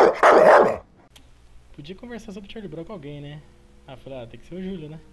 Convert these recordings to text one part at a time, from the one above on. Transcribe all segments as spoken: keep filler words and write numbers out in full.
Podia conversar sobre Charlie Brown com alguém, né? Ah, falei, ah, tem que ser o Júlio, né?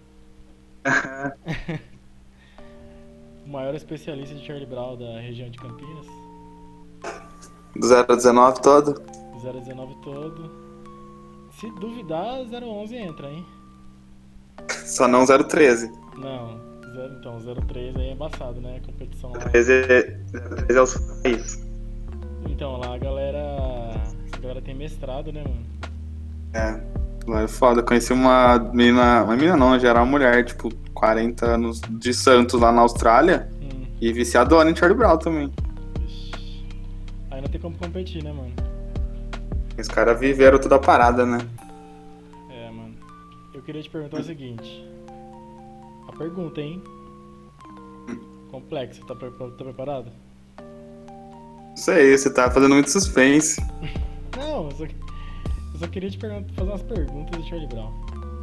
O maior especialista de Charlie Brown da região de Campinas. Do zero a dezenove todo? zero a dezenove todo. Se duvidar, zero a onze entra, hein? Só não zero a treze. Não, zero, então, zero a treze aí é embaçado, né? A competição lá. treze é, zero a treze é os países. Então, lá a galera. A galera tem mestrado, né, mano? É, lá é foda. Eu conheci uma menina. Uma menina não, já era uma mulher, tipo, quarenta anos de Santos lá na Austrália. Hum. E viciadona em Charlie Brown também. Ixi. Aí não tem como competir, né, mano? Os caras viveram toda a parada, né? É, mano. Eu queria te perguntar o seguinte. A pergunta, hein? Complexa, tá, pre- tá preparado? Isso aí, você tá fazendo muito suspense. Não, eu só, eu só queria te perguntar, fazer umas perguntas de Charlie Brown.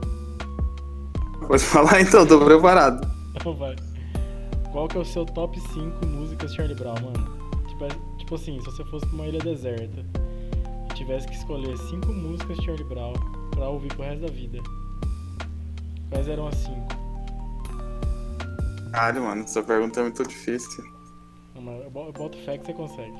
Pode falar então, tô preparado. Então vai. Qual que é o seu top cinco músicas de Charlie Brown, mano? Tipo, é- tipo assim, se você fosse pra uma ilha deserta e tivesse que escolher cinco músicas de Charlie Brown pra ouvir pro resto da vida, quais eram as cinco? Caralho, mano, essa pergunta é muito difícil. Não, mas Eu bo- eu boto fé que você consegue.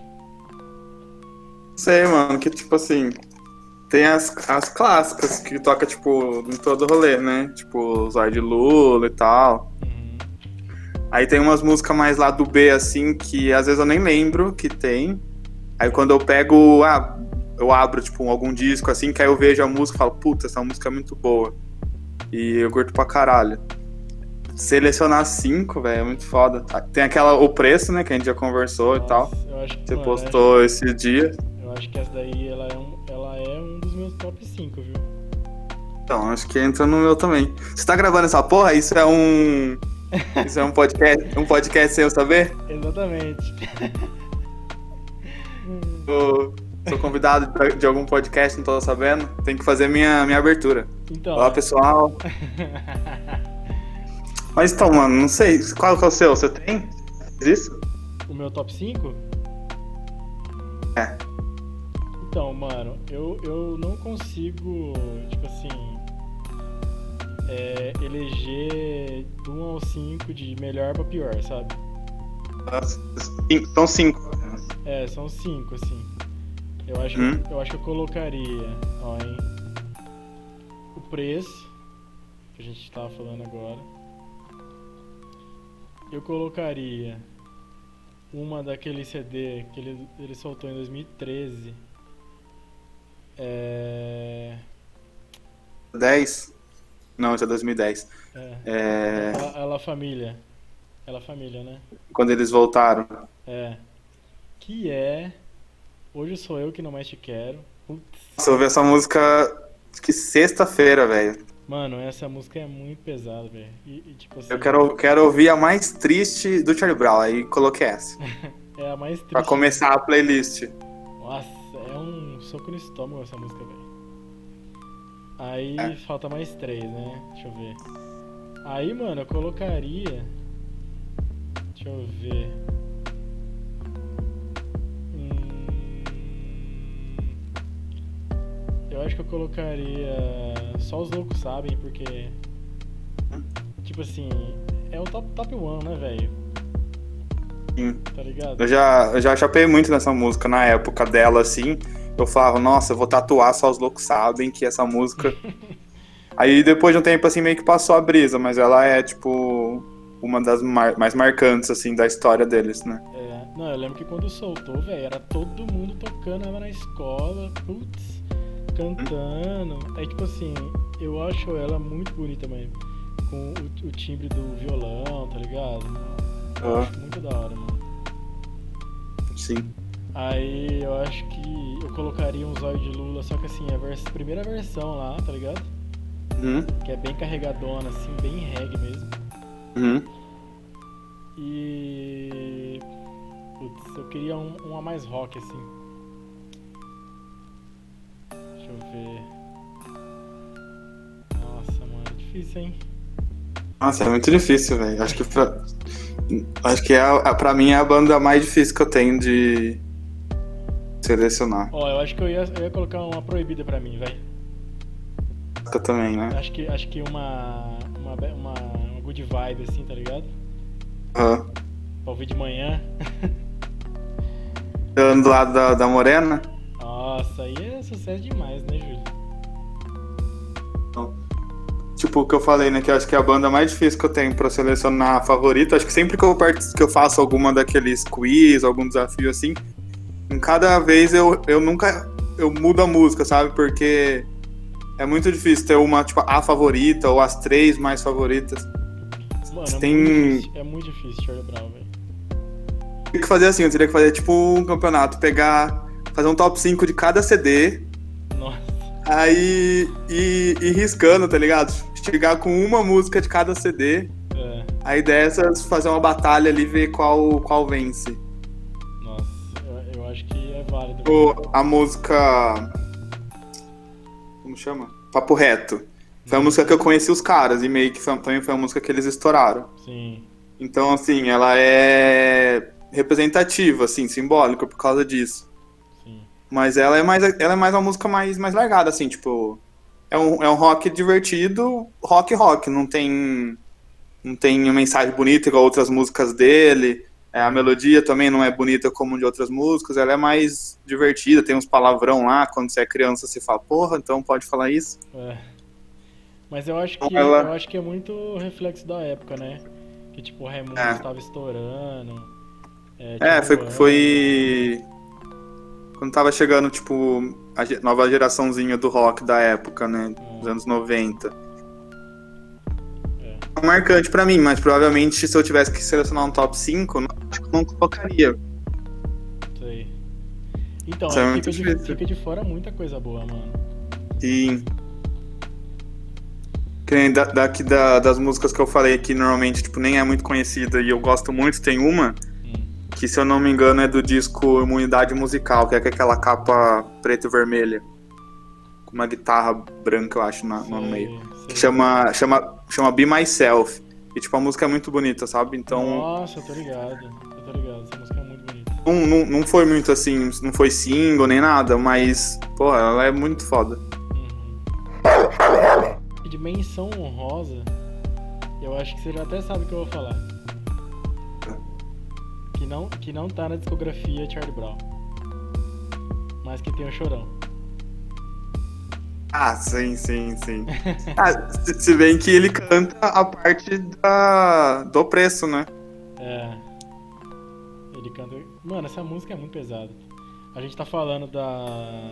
Sei, mano, que tipo assim. Tem as, as clássicas que toca, tipo, em todo rolê, né? Tipo, Zóio de Lula e tal. Uhum. Aí tem umas músicas mais lá do B, assim, que às vezes eu nem lembro que tem. Aí quando eu pego, ah, eu abro, tipo, algum disco, assim, que aí eu vejo a música e falo, puta, essa música é muito boa. E eu curto pra caralho. Selecionar cinco, velho, é muito foda. Tem aquela O Preço, né, que a gente já conversou e tal. Nossa, eu acho que Você mano, postou esse dia. Eu acho que essa daí ela é um, ela é um dos meus top cinco, viu? Então, acho que entra no meu também. Você tá gravando essa porra? Isso é um... Isso é um podcast, um podcast sem eu saber? Exatamente. Sou, sou convidado de- de algum podcast, não tô sabendo. Tem que fazer minha, minha abertura. Então. Olá, pessoal. Mas então, mano, não sei. Qual que é o seu? Você tem? Fez isso? O meu top cinco? É. Então, mano, eu, eu não consigo, tipo assim, é, eleger do um ao cinco de melhor pra pior, sabe? Cinco- São cinco. É, são cinco, assim. Eu acho, Hum. eu acho que eu colocaria, ó, hein, o Preço, que a gente tava falando agora. Eu colocaria uma daquele C D que ele, ele soltou em dois mil e treze. É... dez? Não, isso é dois mil e dez. É. É... Ela, ela Família. Ela Família, né? Quando eles voltaram. É. Que é Hoje Sou Eu Que Não Mais Te Quero. Putz. Nossa, eu ouvi essa música acho que sexta-feira, velho. Mano, essa música é muito pesada, velho. E, e, tipo assim, Eu quero, quero ouvir a mais triste do Charlie Brown. Aí coloquei essa. é a mais triste. Pra começar a playlist. Nossa, é um soco no estômago essa música, velho. Aí É. falta mais três, né? Deixa eu ver. Aí, mano, eu colocaria. Deixa eu ver. Hum... Eu acho que eu colocaria Só os Loucos Sabem, porque. Tipo assim, é o top top one, né, velho? Sim. Tá ligado? Eu já, eu já chapei muito nessa música na época dela, assim. Eu falava, nossa, eu vou tatuar, só os loucos sabem que essa música. Aí depois de um tempo, assim, meio que passou a brisa, mas ela é, tipo, uma das mar- mais marcantes, assim, da história deles, né? É, não, eu lembro que quando soltou, velho, era todo mundo tocando ela na escola, putz, cantando. Aí, tipo assim, eu acho ela muito bonita mesmo. Com o, o timbre do violão, tá ligado? Eu Ah. acho muito da hora, mano. Sim. Aí eu acho que eu colocaria um Zóio de Lula, só que assim, a vers- primeira versão lá, tá ligado? Uhum. Que é bem carregadona, assim, bem reggae mesmo. Uhum. E. Putz, eu queria um, um a mais rock, assim. Deixa eu ver. Nossa, mano, é difícil, hein? Nossa, é muito difícil, velho. Acho que pra, acho que é, a- pra mim é a banda mais difícil que eu tenho de, selecionar. Ó, eu acho que eu ia, eu ia colocar uma proibida pra mim, velho. Eu também, né? Acho que, acho que uma, uma, uma, uma good vibe, assim, tá ligado? Aham. Pra ouvir de manhã. Falando do lado da, da Morena. Nossa, aí é sucesso demais, né, Júlio? Então, tipo, o que eu falei, né? Que eu acho que é a banda mais difícil que eu tenho pra selecionar a favorita. Acho que sempre que eu, part... que eu faço alguma daqueles quiz, algum desafio assim, em cada vez eu, eu nunca... Eu mudo a música, sabe? Porque é muito difícil ter uma, tipo, a favorita ou as três mais favoritas. Mano, é, Tem... muito difícil, é muito difícil, Charlie Brown, velho. Tem que fazer assim, eu teria que fazer tipo um campeonato, pegar, fazer um top cinco de cada C D, Nossa. aí ir, ir riscando, tá ligado? Chegar com uma música de cada C D, É. aí dessas fazer uma batalha ali e ver qual, qual vence. Nossa, eu, eu acho que é válido. Ou a música. Como chama? Papo Reto. Foi a música que eu conheci os caras e meio que foi, também foi a música que eles estouraram. Sim. Então, assim, ela é representativa, assim, simbólica por causa disso. Sim. Mas ela é mais, ela é mais uma música mais, mais largada, assim, tipo... É um, é um rock divertido, rock rock, não tem... Não tem uma mensagem bonita igual outras músicas dele. É, a melodia também não é bonita como de outras músicas, ela é mais divertida, tem uns palavrão lá, quando você é criança você fala, porra, então pode falar isso. É. Mas eu acho que Ela- eu acho que é muito reflexo da época, né? Que tipo, o Raimundo É. estava estourando. É, É, foi, tipo, foi... Quando tava chegando, tipo, a ge- nova geraçãozinha do rock da época, né? Dos anos noventa. É. É marcante pra mim, mas provavelmente se eu tivesse que selecionar um top cinco, não, acho que eu não colocaria. Sei. Então, Isso é aí muito fica de, difícil. fica de fora muita coisa boa, mano. E... Que nem da, daqui da, das músicas que eu falei aqui, normalmente, tipo, nem é muito conhecida e eu gosto muito, tem uma... Hum. Que, se eu não me engano, é do disco Imunidade Musical, que é com aquela capa preta e vermelha. Com uma guitarra branca, eu acho, na, no Sei, meio. sei. Que chama, chama, chama Be Myself. E, tipo, a música é muito bonita, sabe? Então, Nossa, eu tô ligado. Eu tô ligado. Essa música é muito bonita. não, não, não foi muito assim, não foi single nem nada, mas, porra, ela é muito foda. Uhum. E de menção honrosa, eu acho que você já até sabe o que eu vou falar. Que não, que não tá na discografia Charlie Brown. Mas que tem o Chorão. Ah, sim, sim, sim. Ah, se, se bem que ele canta a parte da, do preço, né? É. Ele canta. Mano, essa música é muito pesada. A gente tá falando da.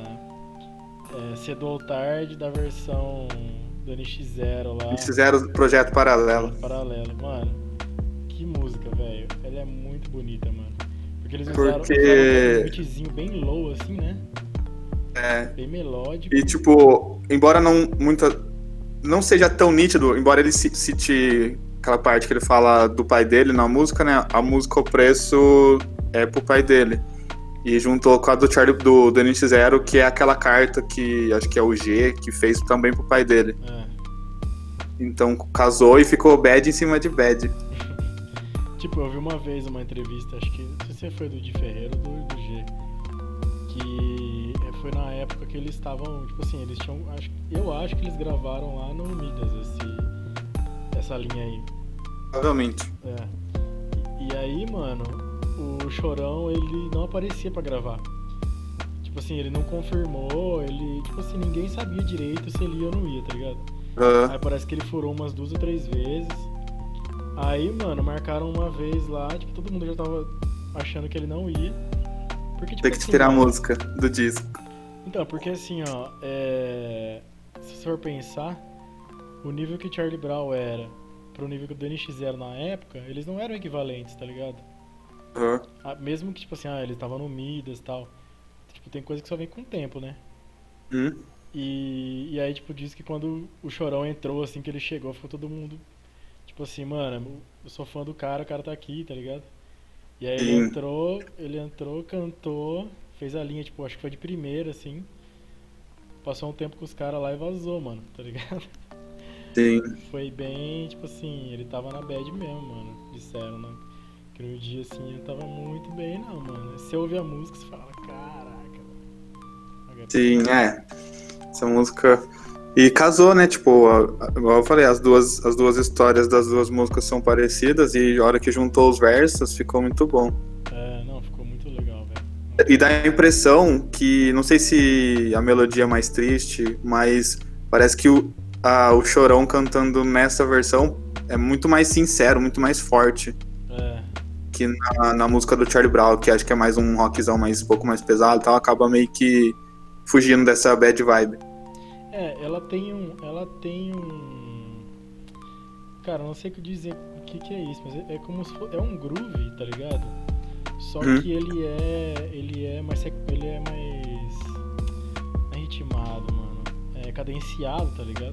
É, Cedo ou Tarde, da versão do N X Zero lá. Eles fizeram o projeto paralelo. Paralelo. Mano, que música, velho. Ela é muito bonita, mano. Porque eles usaram, Porque- usaram um beatzinho bem low, assim, né? É. Bem melódico. E, tipo, embora não muita não seja tão nítido, embora ele ci- cite aquela parte que ele fala do pai dele na música, né? A música O Preço é pro pai dele. E juntou com a do Charlie do, do N X Zero, que é aquela carta que acho que é o G, que fez também pro pai dele. É. Então casou e ficou bad em cima de bad. Tipo, eu vi uma vez uma entrevista, acho que não sei se foi do Di Ferreira ou do, do G, que foi na época que eles estavam, tipo assim, eles tinham, acho, eu acho que eles gravaram lá no Midas esse, essa linha aí. Provavelmente. É. E, e aí, mano, o Chorão, ele não aparecia pra gravar. Tipo assim, ele não confirmou, ele, tipo assim, ninguém sabia direito se ele ia ou não ia, tá ligado? Ah, Aí parece que ele furou umas duas ou três vezes. Aí, mano, marcaram uma vez lá, tipo, todo mundo já tava achando que ele não ia. Porque, tipo, tem que assim, tirar a mano, música do disco. Então, porque assim, ó, é... se você for pensar, o nível que Charlie Brown era pro nível que o N X Zero na época, eles não eram equivalentes, tá ligado? Ah, Ah, mesmo que, tipo assim, ah, eles estavam no Midas e tal. Tipo, tem coisa que só vem com o tempo, né? hum, E, e aí, tipo, diz que quando o Chorão entrou, assim, que ele chegou, ficou todo mundo, tipo assim, mano, eu sou fã do cara, o cara tá aqui, tá ligado? E aí ele Sim. entrou, ele entrou, cantou, fez a linha, tipo, acho que foi de primeira, assim. Passou um tempo com os caras lá e vazou, mano, tá ligado? sim. Foi bem, tipo assim, ele tava na bad mesmo, mano. Disseram, né? Que no dia, assim, ele tava muito bem, não, mano. Se você ouvir a música, você fala, caraca, Sim, é. Essa música... E casou, né? Tipo, igual eu falei, as duas, as duas histórias das duas músicas são parecidas e a hora que juntou os versos ficou muito bom. É, não, ficou muito legal, velho. E dá a impressão que, não sei se a melodia é mais triste, mas parece que o, a, o Chorão cantando nessa versão é muito mais sincero, muito mais forte. É. Que na, na música do Charlie Brown, que acho que é mais um rockzão mais, um pouco mais pesado e tal, acaba meio que fugindo dessa bad vibe. É, ela tem um. Ela tem um. Cara, não sei o que dizer o que, que é isso, mas é, é como se for, é um groove, tá ligado? Só Uhum. que ele é. Ele é mais. Ele é mais. Não é ritmado, mano. É cadenciado, tá ligado?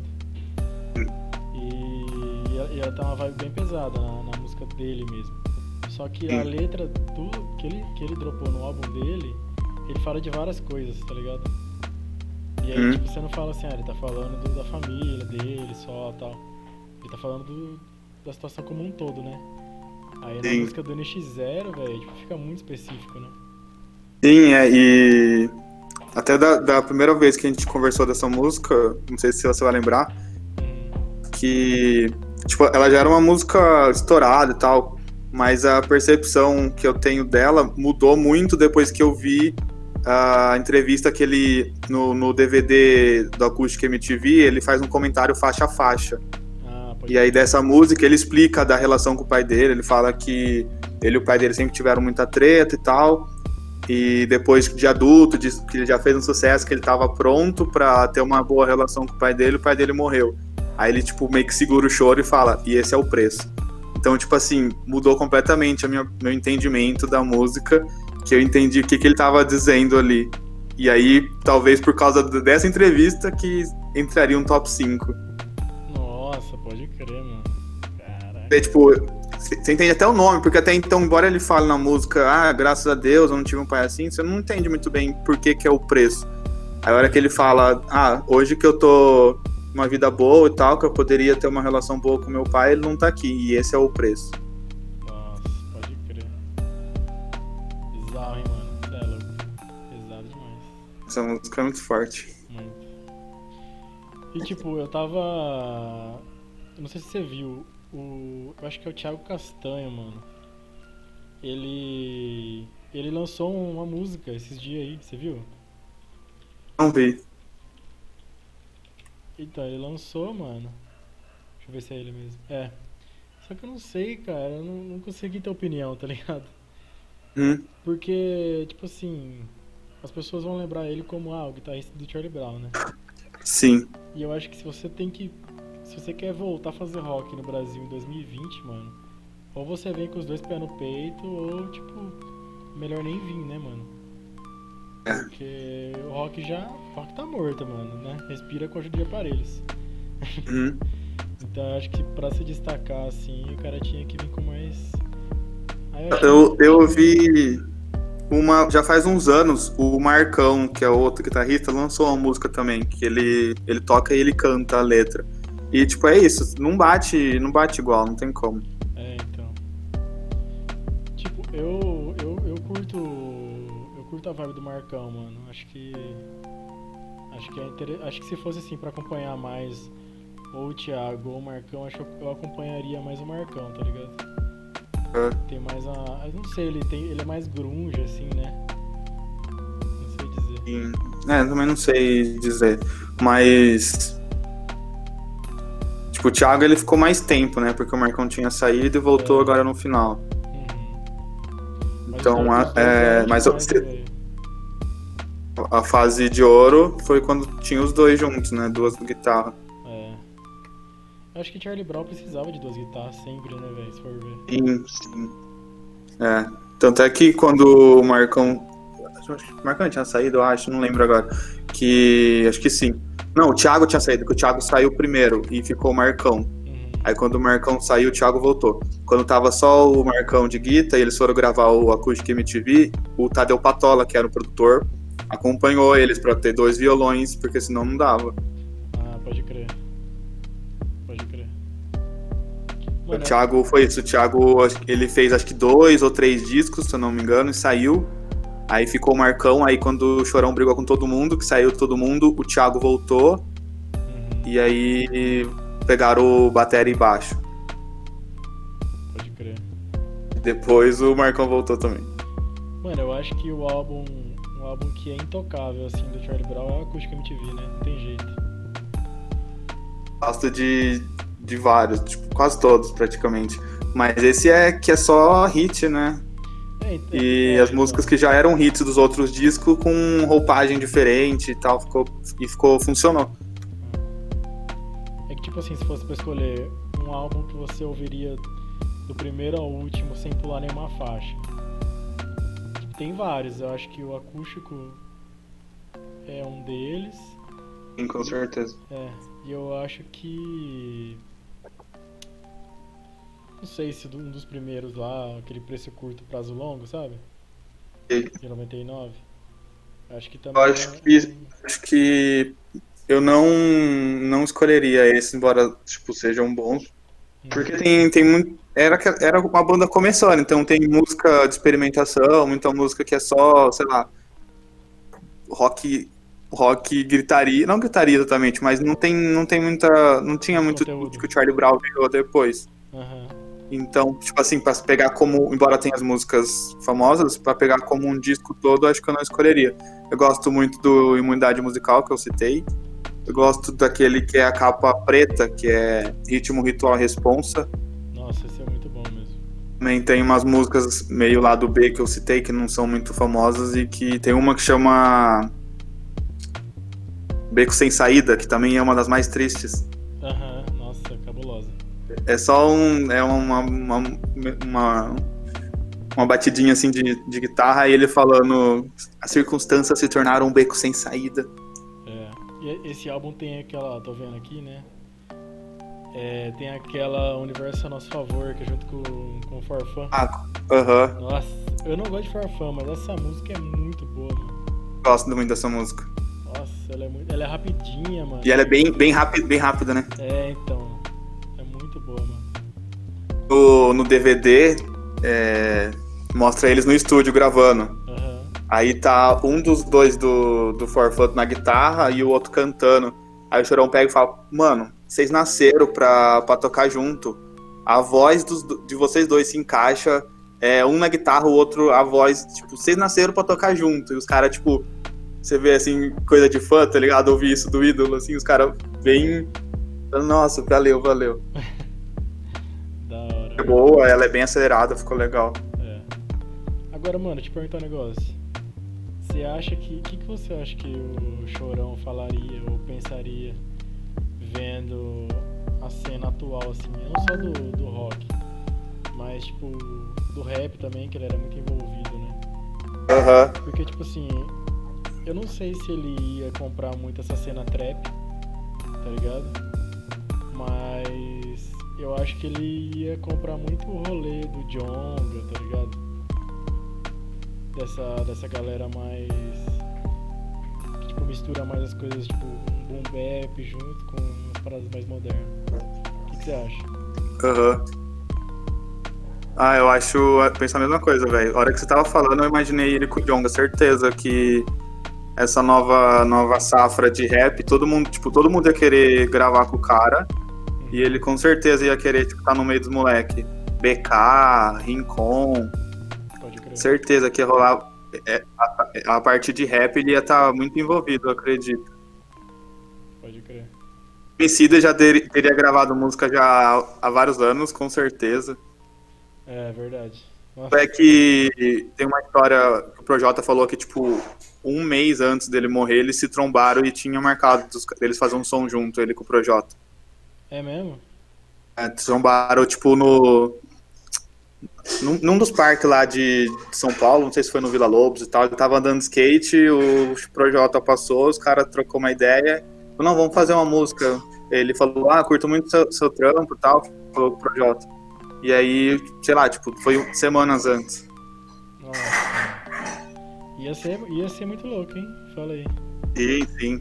E, e ela, e ela tá uma vibe bem pesada na, na música dele mesmo. Só que a letra do, que, ele, que ele dropou no álbum dele, ele fala de várias coisas, tá ligado? E aí, Hum. tipo, você não fala assim, ah, ele tá falando do, da família dele só tal. Ele tá falando do, da situação como um todo, né? Aí na Sim. música do N X zero, velho, tipo, fica muito específico, né? Sim, é, e até da, da primeira vez que a gente conversou dessa música, não sei se você vai lembrar, Hum, que tipo, ela já era uma música estourada e tal, mas a percepção que eu tenho dela mudou muito depois que eu vi a entrevista que ele, no, no D V D do Acústica M T V, ele faz um comentário faixa a faixa. ah, pode E aí dessa música ele explica da relação com o pai dele, ele fala que ele e o pai dele sempre tiveram muita treta e tal, e depois de adulto, diz que ele já fez um sucesso, que ele tava pronto pra ter uma boa relação com o pai dele, o pai dele morreu. Aí ele tipo meio que segura o choro e fala, e esse é o preço. Então tipo assim, mudou completamente o meu, meu entendimento da música, que eu entendi o que, que ele tava dizendo ali. E aí, talvez por causa dessa entrevista, que entraria um top cinco. Nossa, pode crer, mano. Caraca. É, tipo, você entende até o nome, porque até então, embora ele fale na música, ah, graças a Deus eu não tive um pai assim, você não entende muito bem por que, que é o preço. Aí a hora que ele fala, ah, hoje que eu tô uma vida boa e tal, que eu poderia ter uma relação boa com meu pai, ele não tá aqui, e esse é o preço. Nossa, pode crer. Bizarro, hein, mano. Cê é louco. Pesado demais. Essa música é muito forte. Muito. E tipo, eu tava. Eu não sei se você viu. O. Eu acho que é o Thiago Castanho, mano. Ele. Ele lançou uma música esses dias aí, você viu? Não vi. Então, ele lançou, mano. Deixa eu ver se é ele mesmo. É. Só que eu não sei, cara. Eu não, não consegui ter opinião, tá ligado? Hum, Porque, tipo assim. As pessoas vão lembrar ele como, ah, o guitarrista do Charlie Brown, né? sim. E eu acho que se você tem que. Se você quer voltar a fazer rock no Brasil em dois mil e vinte, mano, ou você vem com os dois pés no peito, ou tipo, melhor nem vir, né, mano? É. Porque o rock já. O rock tá morto, mano, né? Respira com ajuda de aparelhos. Hum. Então eu acho que pra se destacar assim, o cara tinha que vir com mais. Aí achei- Eu, eu vi uma. Já faz uns anos, o Marcão, que é outro guitarrista, lançou uma música também, que ele, ele toca e ele canta a letra. E tipo, é isso, não bate, não bate igual, não tem como. É, então. Tipo, eu, eu, eu curto. Eu curto a vibe do Marcão, mano. Acho que. Acho que é inter... Acho que se fosse assim pra acompanhar mais ou o Thiago ou o Marcão, acho que eu- eu acompanharia mais o Marcão, tá ligado? É. Tem mais a. Eu não sei, ele tem. Ele é mais grunge, assim, né? Não sei dizer. E, é, também não sei dizer. Mas. Tipo, o Thiago ele ficou mais tempo, né? Porque o Marcão tinha saído e voltou É. agora no final. Uhum. Mas Então, os dois- a- os dois é, eram mas demais, você- né, velho? A fase de ouro foi quando tinha os dois juntos, né? Duas guitarras. É. Eu acho que Charlie Brown precisava de duas guitarras sempre, né, velho? Se for ver. Sim, sim. É. Tanto é que quando o Marcão. Acho que o Marcão tinha saído, eu acho, não lembro agora. Que. Acho que sim. Não, o Thiago tinha saído, porque o Thiago saiu primeiro e ficou o Marcão. Uhum. Aí quando o Marcão saiu, o Thiago voltou. Quando tava só o Marcão de guitarra e eles foram gravar o Acústica M T V, o Tadeu Patola, que era o produtor, acompanhou eles pra ter dois violões, porque senão não dava. Ah, pode crer. Pode crer. O Mano, Thiago foi isso, o Thiago acho que ele fez acho que dois ou três discos, se eu não me engano, e saiu. Aí ficou o Marcão, aí quando o Chorão brigou com todo mundo, que saiu todo mundo, o Thiago voltou, Uhum. e aí pegaram o bateria e baixo. Pode crer. Depois o Marcão voltou também. Mano, eu acho que o álbum, um álbum que é intocável, assim, do Charlie Brown é o Acústica M T V, né? Não tem jeito. Gosto de, de vários, tipo, quase todos praticamente. Mas esse é que é só hit, né? É, então, E é, as músicas então, que já eram hits dos outros discos com roupagem diferente e tal, ficou, e ficou, funcionou. É que, tipo assim, se fosse pra escolher um álbum que você ouviria do primeiro ao último sem pular nenhuma faixa. Tem vários, eu acho que o Acústico é um deles. Sim, com certeza. É, e eu acho que... Não sei se um dos primeiros lá, aquele Preço Curto, Prazo Longo, sabe? E De noventa e nove. Acho que também eu acho é... que, acho que eu não, não escolheria esse, embora tipo, sejam bons. Hum. Porque tem, tem muito. Era, que- era uma banda começando, então tem música de experimentação, muita música que é só, sei lá, rock, rock gritaria, não gritaria exatamente, mas não tem, não tem muita, não tinha muito Conteúdo. que o Charlie Brown virou depois. Aham. Então, tipo assim, pra pegar como, embora tenha as músicas famosas, pra pegar como um disco todo, acho que eu não escolheria. Eu gosto muito do Imunidade Musical, que eu citei. Eu gosto daquele que é a capa preta, que é Ritmo, Ritual, Responsa. Nossa, esse é muito bom mesmo. Também tem umas músicas meio lado B que eu citei, que não são muito famosas, e que tem uma que chama Beco Sem Saída, que também é uma das mais tristes. Aham, nossa, cabulosa. É só um, é uma, uma, uma, uma batidinha assim de, de guitarra, e ele falando: as circunstâncias se tornaram um beco sem saída. É. E esse álbum tem aquela, tô vendo aqui, né? É, tem aquela Universo a Nosso Favor, que é junto com, com o Farfã. Ah, aham, Nossa, eu não gosto de Farfã, mas essa música é muito boa, mano. gosto muito dessa música. Nossa, ela é, muito, ela é rapidinha, mano. E ela é bem, bem, rápida, bem rápida, né? É, então. É muito boa, mano. No, no D V D, é, mostra eles no estúdio gravando. Aham. Aí tá um dos dois do, do Forfã na guitarra e o outro cantando. Aí o Chorão pega e fala: mano, vocês nasceram pra, pra tocar junto. A voz dos, de vocês dois se encaixa. É, um na guitarra, o outro a voz. Tipo, vocês nasceram pra tocar junto. E os caras, tipo, você vê assim, coisa de fã, tá ligado? Ouvir isso do ídolo, assim, os caras bem. Nossa, valeu, valeu. Da hora. É boa, ela é bem acelerada, ficou legal. É. Agora, mano, te perguntar um negócio. Você acha que. O que, que você acha que o Chorão falaria ou pensaria vendo a cena atual, assim? Não só do, do rock, mas, tipo, do rap também, que ele era muito envolvido, né? Aham. Porque, tipo assim, eu não sei se ele ia comprar muito essa cena trap, tá ligado? Mas eu acho que ele ia comprar muito o rolê do Djonga, tá ligado? Dessa, dessa galera mais... que, tipo, mistura mais as coisas, tipo, um boom bap junto com umas paradas mais modernas. O que, que você acha? Aham. Ah, eu acho. Penso a mesma coisa, velho. A hora que você tava falando, eu imaginei ele com o Djonga. Certeza que essa nova, nova safra de rap, todo mundo, tipo, todo mundo ia querer gravar com o cara. E ele com certeza ia querer, tipo, estar no meio dos moleque. B K, Rincon. Pode crer. Certeza que ia rolar. É, a, a parte de rap ele ia estar muito envolvido, eu acredito. Pode crer. Emicida já ter, teria gravado música já há, há vários anos, com certeza. É, verdade. Nossa. É que tem uma história que o Projota falou que, tipo, um mês antes dele morrer, eles se trombaram e tinham marcado dos, eles fazer um som junto, ele com o Projota. É mesmo? É, trombaram, tipo, no... Num, num dos parques lá de, de São Paulo, não sei se foi no Vila Lobos e tal, ele tava andando de skate, o Projota passou, os caras trocou uma ideia, falou: não, vamos fazer uma música. Ele falou: ah, curto muito seu, seu trampo e tal, falou com o Projota. E aí, sei lá, tipo, foi semanas antes. Nossa. Ia ser, ia ser muito louco, hein? Fala aí. Sim, sim.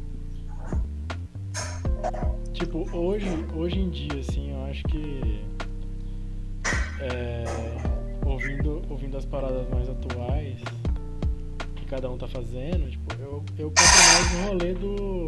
Tipo, hoje, hoje em dia, assim, eu acho que é, ouvindo, ouvindo as paradas mais atuais, que cada um tá fazendo, tipo, eu, eu compro mais o rolê do.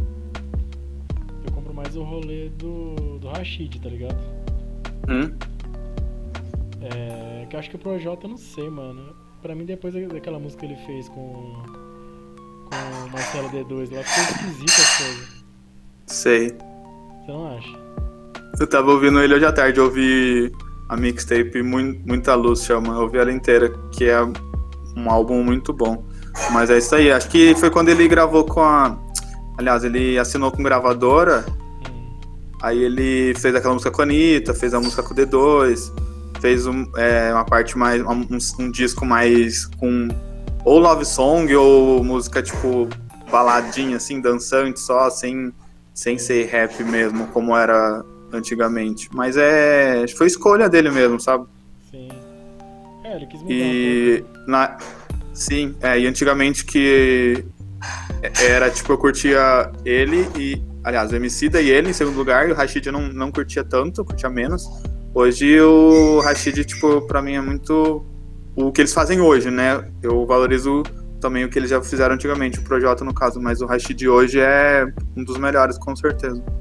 Eu compro mais o rolê do. do Rashid, tá ligado? Hum? É. Que eu acho que o Projota, eu não sei, mano. Pra mim, depois daquela música que ele fez com. com o Marcelo D dois lá, ficou esquisita as coisas. Sei. Você não acha? Eu tava ouvindo ele hoje à tarde, eu ouvi a mixtape Mui- Muita Luz, chama. Eu ouvi ela inteira, que é um álbum muito bom. Mas é isso aí, acho que foi quando ele gravou com a... Aliás, ele assinou com gravadora, Hum. aí ele fez aquela música com a Anitta, fez a música com o D dois, fez um, é, uma parte mais... Um, um disco mais com ou love song ou música tipo baladinha, assim, dançante só, sem, sem ser rap mesmo, como era antigamente. Mas é... foi escolha dele mesmo, sabe? Sim. É, ele quis mudar E... um pouco. Na... Sim, é, e antigamente que era, tipo, eu curtia ele e... Aliás, o Emicida e ele em segundo lugar, e o Rashid eu não, não curtia tanto, curtia menos. Hoje o Rashid, tipo, pra mim é muito o que eles fazem hoje, né? Eu valorizo também o que eles já fizeram antigamente, o Projota no caso, mas o Rashid hoje é um dos melhores, com certeza.